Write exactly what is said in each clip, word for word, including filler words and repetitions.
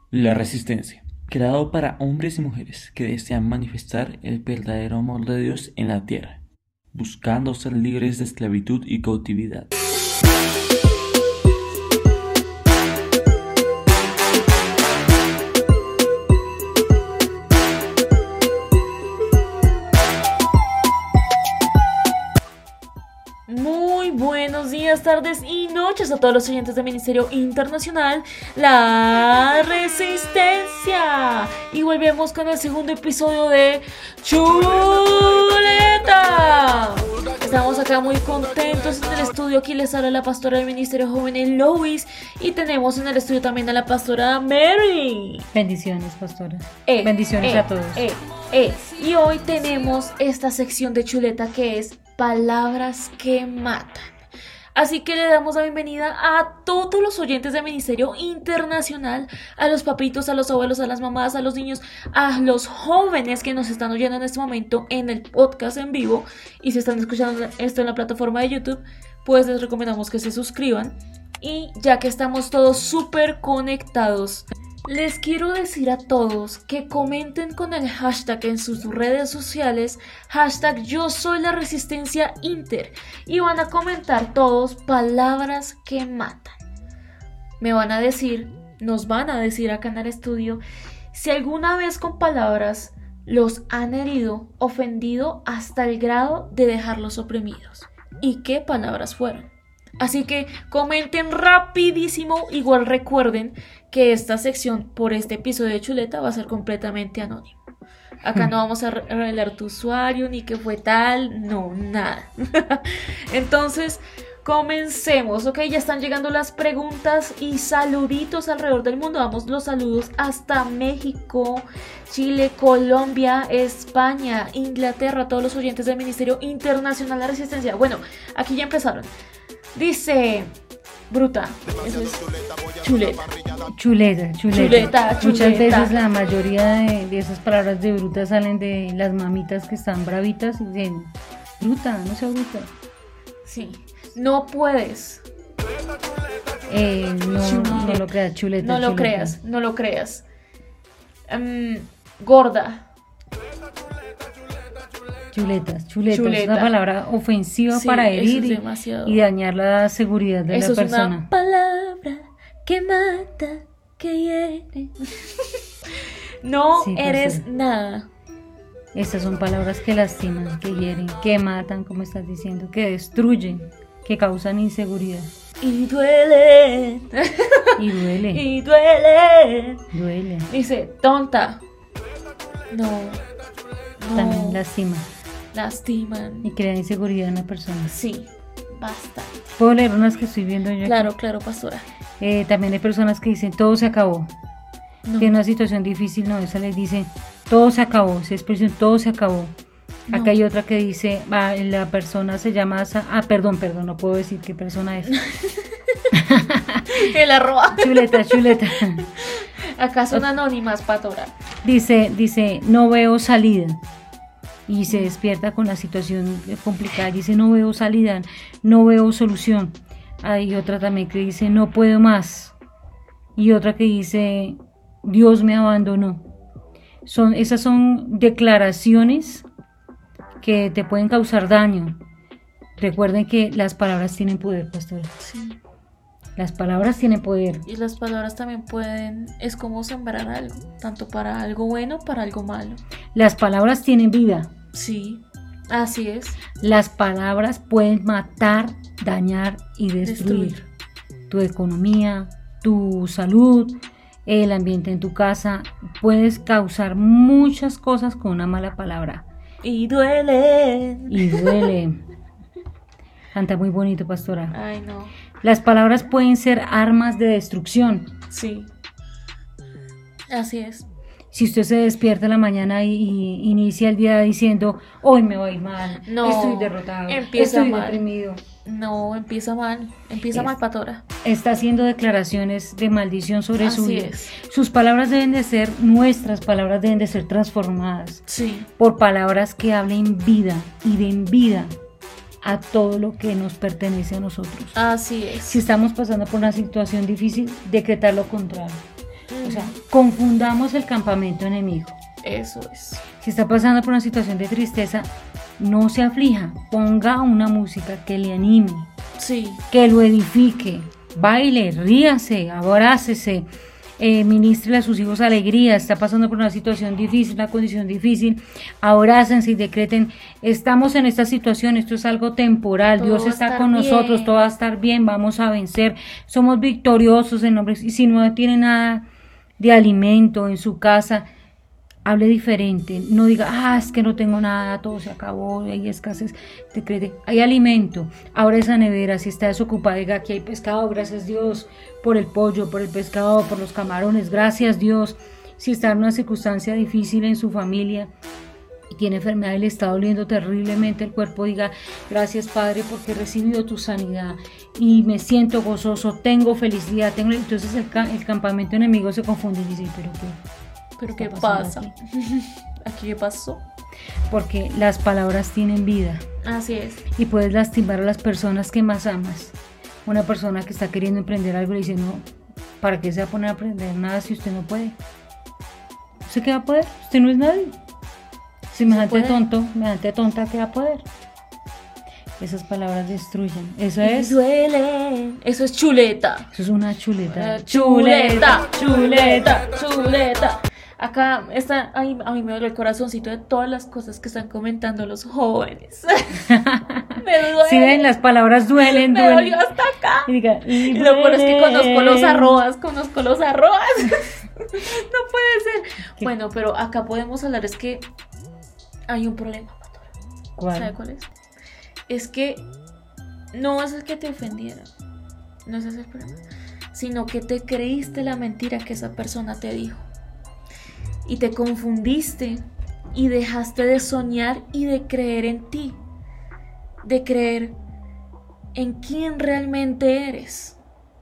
La Resistencia, creado para hombres y mujeres que desean manifestar el verdadero amor de Dios en la tierra, buscando ser libres de esclavitud y cautividad. Muy buenos días, tardes y noches a todos los oyentes del Ministerio Internacional La Resistencia. Y volvemos con el segundo episodio de Chuleta. Estamos acá muy contentos en el estudio. Aquí les habla la pastora del Ministerio Juvenil Lois. Y tenemos en el estudio también a la pastora Mary. Bendiciones, pastora. Eh, Bendiciones eh, a todos. Eh, eh. Y hoy tenemos esta sección de Chuleta que es palabras que matan. Así que le damos la bienvenida a todos los oyentes del Ministerio Internacional, a los papitos, a los abuelos, a las mamás, a los niños, a los jóvenes que nos están oyendo en este momento en el podcast en vivo y si están escuchando esto en la plataforma de YouTube, pues les recomendamos que se suscriban. Y ya que estamos todos súper conectados, les quiero decir a todos que comenten con el hashtag en sus redes sociales, hashtag yo soy la resistencia inter, y van a comentar todos palabras que matan. Me van a decir, nos van a decir acá en el estudio, si alguna vez con palabras los han herido, ofendido hasta el grado de dejarlos oprimidos. ¿Y qué palabras fueron? Así que comenten rapidísimo. Igual recuerden que esta sección por este episodio de Chuleta va a ser completamente anónimo. Acá no vamos a revelar tu usuario ni qué fue tal, no, nada. Entonces, comencemos, ok, ya están llegando las preguntas y saluditos alrededor del mundo. Vamos los saludos hasta México, Chile, Colombia, España, Inglaterra, todos los oyentes del Ministerio Internacional de Resistencia. Bueno, aquí ya empezaron. Dice bruta, eso es chuleta. Chuleta, chuleta. Chuleta, Muchas chuleta. veces la mayoría de, de esas palabras de bruta salen de las mamitas que están bravitas y dicen, bruta, no sea bruta. Sí, no puedes. Eh, no, Chuleta. no lo creas, chuleta. No lo chuleta. creas, no lo creas. Um, gorda. Chuletas, chuletas, Chuleta. es una palabra ofensiva Sí, para eso herir es y, demasiado. y dañar la seguridad de Eso la es persona. una palabra que mata, que hiere. No Sí, pues, eres sí. nada. Estas son palabras que lastiman, que hieren, que matan, como estás diciendo, que destruyen, que causan inseguridad. Y duele. Y duele, Y duele. duele, Dice, tonta. No. No. también lastima Lastiman. y crea inseguridad en la persona. Sí, basta. Puedo leer unas que estoy viendo yo aquí? Claro, claro, pastora. Eh, también hay personas que dicen, todo se acabó. No. Tiene una situación difícil, no, esa les dice, todo se acabó, esa expresión, todo se acabó. No. Acá hay otra que dice, ah, la persona se llama, Sa- ah, perdón, perdón, no puedo decir qué persona es. El arroba. Chuleta, chuleta. Acá son anónimas, patora. Dice, dice, no veo salida. Y se despierta con la situación complicada. Dice, no veo salida, no veo solución. Hay otra también que dice, no puedo más. Y otra que dice, Dios me abandonó. Son, esas son declaraciones que te pueden causar daño. Recuerden que las palabras tienen poder, pastora. Sí. Las palabras tienen poder. Y las palabras también pueden, es como sembrar algo, tanto para algo bueno, para algo malo. Las palabras tienen vida. Sí, así es. Las palabras pueden matar, dañar y destruir, Destruir. tu economía, tu salud, el ambiente en tu casa. Puedes causar muchas cosas con una mala palabra Y duele. y duele. Canta muy bonito, pastora. Ay, no. Las palabras pueden ser armas de destrucción. Sí. Así es. Si usted se despierta en la mañana y, y inicia el día diciendo, hoy me voy mal, No, estoy derrotado, empieza estoy mal. deprimido. No, empieza mal. Empieza Es- mal, patora. Está haciendo declaraciones de maldición sobre su Así vida. es. Sus palabras deben de ser, nuestras palabras deben de ser transformadas Sí. por palabras que hablen vida y den vida a todo lo que nos pertenece a nosotros. Así es. Si estamos pasando por una situación difícil, decretar lo contrario. O sea, confundamos el campamento enemigo. Eso es. Si está pasando por una situación de tristeza, no se aflija, ponga una música que le anime, Sí. que lo edifique, baile, ríase, abrácese, eh, ministre a sus hijos alegría. Está pasando por una situación difícil, una condición difícil, abrácense y decreten, estamos en esta situación, esto es algo temporal, Todo Dios va a está estar con nosotros, bien. todo va a estar bien, vamos a vencer, somos victoriosos en nombre, y si no tiene nada de alimento en su casa, hable diferente, no diga, ah, es que no tengo nada, todo se acabó, hay escasez, decrete, hay alimento, abra esa nevera, si está desocupada, diga, aquí hay pescado, gracias Dios, por el pollo, por el pescado, por los camarones, gracias Dios. Si está en una circunstancia difícil en su familia y tiene enfermedad y le está doliendo terriblemente el cuerpo, diga, gracias Padre porque he recibido tu sanidad y me siento gozoso, tengo felicidad, tengo... Entonces el, ca- el campamento enemigo se confunde y dice, pero qué. Pero ¿Qué ¿qué está pasando pasa? ¿Aquí qué pasó? Porque las palabras tienen vida Así es. y puedes lastimar a las personas que más amas. Una persona que está queriendo emprender algo le dice, no, ¿para qué se va a poner a aprender nada si usted no puede? ¿Usted qué va a poder? Usted no es nadie. Semejante puede. tonto, semejante tonta, ¿qué va a poder? Esas palabras destruyen. Eso Y es, duele. Eso es chuleta. eso es una chuleta. Eh, Chuleta, chuleta, chuleta. Acá está, ay, a mí me duele el corazoncito de todas las cosas que están comentando los jóvenes. Me duele. Si ven, las palabras duelen, Me duelen. dolió hasta acá. Y diga, y Y lo peor es que conozco los duelen. arrobas, conozco los arrobas. No puede ser. ¿Qué? Bueno, pero acá podemos hablar, es que hay un problema, Pastora. ¿Cuál? ¿Sabe cuál es? Es que no es el que te ofendiera, no ese es el problema, sino que te creíste la mentira que esa persona te dijo. Y te confundiste y dejaste de soñar y de creer en ti, de creer en quién realmente eres.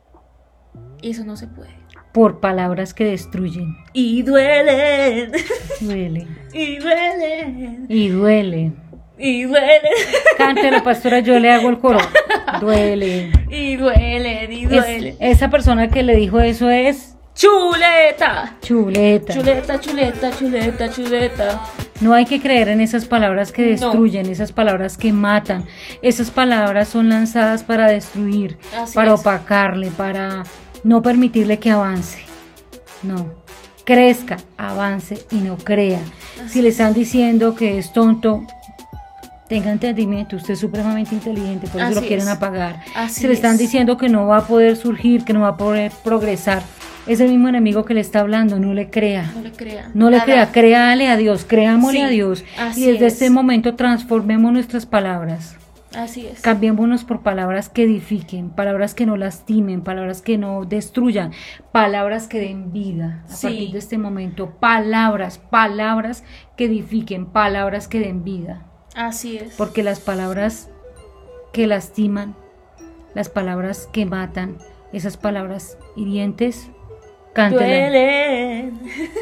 Y eso no se puede. Por palabras que destruyen. Y duelen, Duele. y duelen, Y duele. y duelen, Cante la pastora, yo le hago el coro. Duele. y duelen, y Es- duelen. esa persona que le dijo eso es Chuleta, chuleta. chuleta, chuleta, chuleta, chuleta. No hay que creer en esas palabras que destruyen, esas palabras que matan. Esas palabras son lanzadas para destruir, Así para es. opacarle, para no permitirle que avance. No, crezca, avance y no crea. Así Si le están diciendo que es tonto, tenga entendimiento, usted es supremamente inteligente, por eso Así lo quieren es. apagar. Así Si le están es. diciendo que no va a poder surgir, que no va a poder progresar, es el mismo enemigo que le está hablando, no le crea. No le crea. No le Nada. crea, créale a Dios, creámosle Sí, a Dios. así Y desde es. este momento transformemos nuestras palabras. Así es. Cambiémonos por palabras que edifiquen, palabras que no lastimen, palabras que no destruyan, palabras que den vida. A Sí. partir de este momento, palabras, palabras que edifiquen, palabras que den vida. Así es. Porque las palabras que lastiman, las palabras que matan, esas palabras hirientes, cántela. Duelen.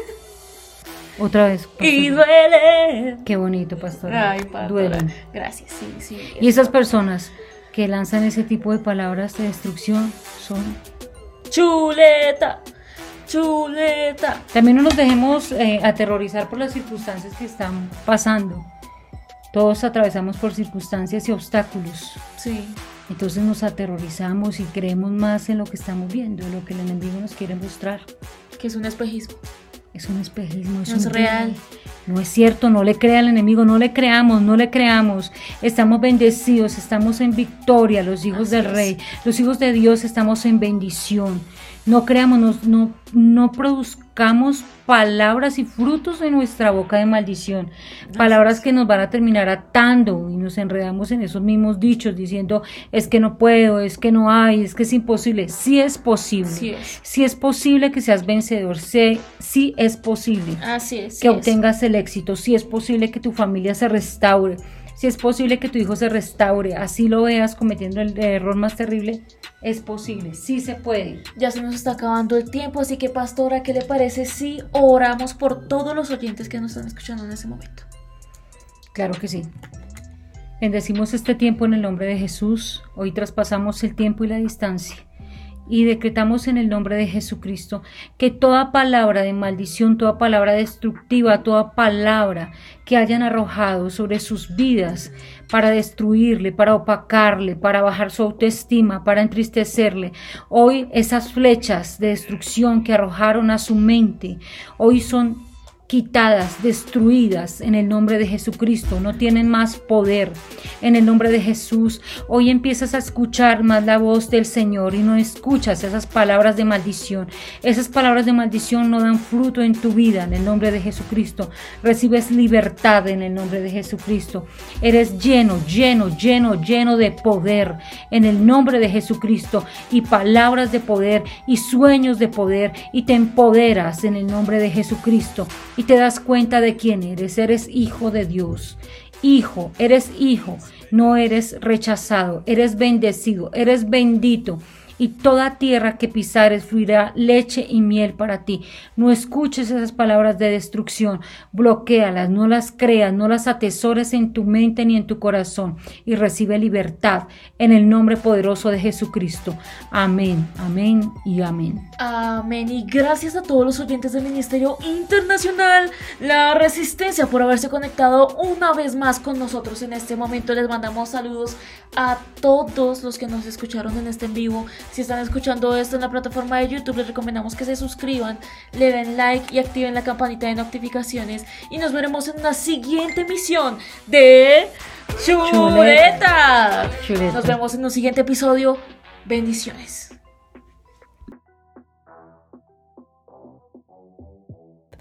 Otra vez. Y pastora. duelen. Qué bonito, pastor. Ay, pastora. Duelen. Gracias, sí, sí. Y esas personas que lanzan ese tipo de palabras de destrucción son... Chuleta, chuleta. También no nos dejemos eh, aterrorizar por las circunstancias que están pasando. Todos atravesamos por circunstancias y obstáculos. Sí, Entonces nos aterrorizamos y creemos más en lo que estamos viendo, en lo que el enemigo nos quiere mostrar. que es un espejismo. Es un espejismo, es No es un real. río. No es cierto, no le crea al enemigo, no le creamos, no le creamos. Estamos bendecidos, estamos en victoria, los hijos Así del es. rey, los hijos de Dios estamos en bendición. No creamos, no, no, no produzcamos palabras y frutos en nuestra boca de maldición. Palabras que nos van a terminar atando y nos enredamos en esos mismos dichos diciendo es que no puedo, es que no hay, es que es imposible. Sí es posible. Sí es. Sí es posible que seas vencedor, sí, sí es posible Así es. sí que es. obtengas el éxito, si es posible que tu familia se restaure, si es posible que tu hijo se restaure, así lo veas cometiendo el error más terrible, es posible, sí se puede. Ya se nos está acabando el tiempo, así que pastora, ¿qué le parece si oramos por todos los oyentes que nos están escuchando en ese momento? Claro que sí. Bendecimos este tiempo en el nombre de Jesús. Hoy traspasamos el tiempo y la distancia y decretamos en el nombre de Jesucristo que toda palabra de maldición, toda palabra destructiva, toda palabra que hayan arrojado sobre sus vidas para destruirle, para opacarle, para bajar su autoestima, para entristecerle, hoy esas flechas de destrucción que arrojaron a su mente, hoy son quitadas, destruidas en el nombre de Jesucristo, no tienen más poder en el nombre de Jesús. Hoy empiezas a escuchar más la voz del Señor y no escuchas esas palabras de maldición. Esas palabras de maldición no dan fruto en tu vida en el nombre de Jesucristo. Recibes libertad en el nombre de Jesucristo. Eres lleno, lleno, lleno, lleno de poder en el nombre de Jesucristo, y palabras de poder y sueños de poder, y te empoderas en el nombre de Jesucristo. Y te das cuenta de quién eres. Eres hijo de Dios. Hijo, eres hijo. No eres rechazado. Eres bendecido. Eres bendito. Y toda tierra que pisares fluirá leche y miel para ti. No escuches esas palabras de destrucción. Bloquéalas, no las creas, no las atesores en tu mente ni en tu corazón. Y recibe libertad en el nombre poderoso de Jesucristo. Amén, amén y amén. Amén. Y gracias a todos los oyentes del Ministerio Internacional La Resistencia por haberse conectado una vez más con nosotros en este momento. Les mandamos saludos a todos los que nos escucharon en este en vivo. Si están escuchando esto en la plataforma de YouTube, les recomendamos que se suscriban, le den like y activen la campanita de notificaciones. Y nos veremos en una siguiente emisión de Chuleta. Chuleta. Nos vemos en un siguiente episodio. Bendiciones.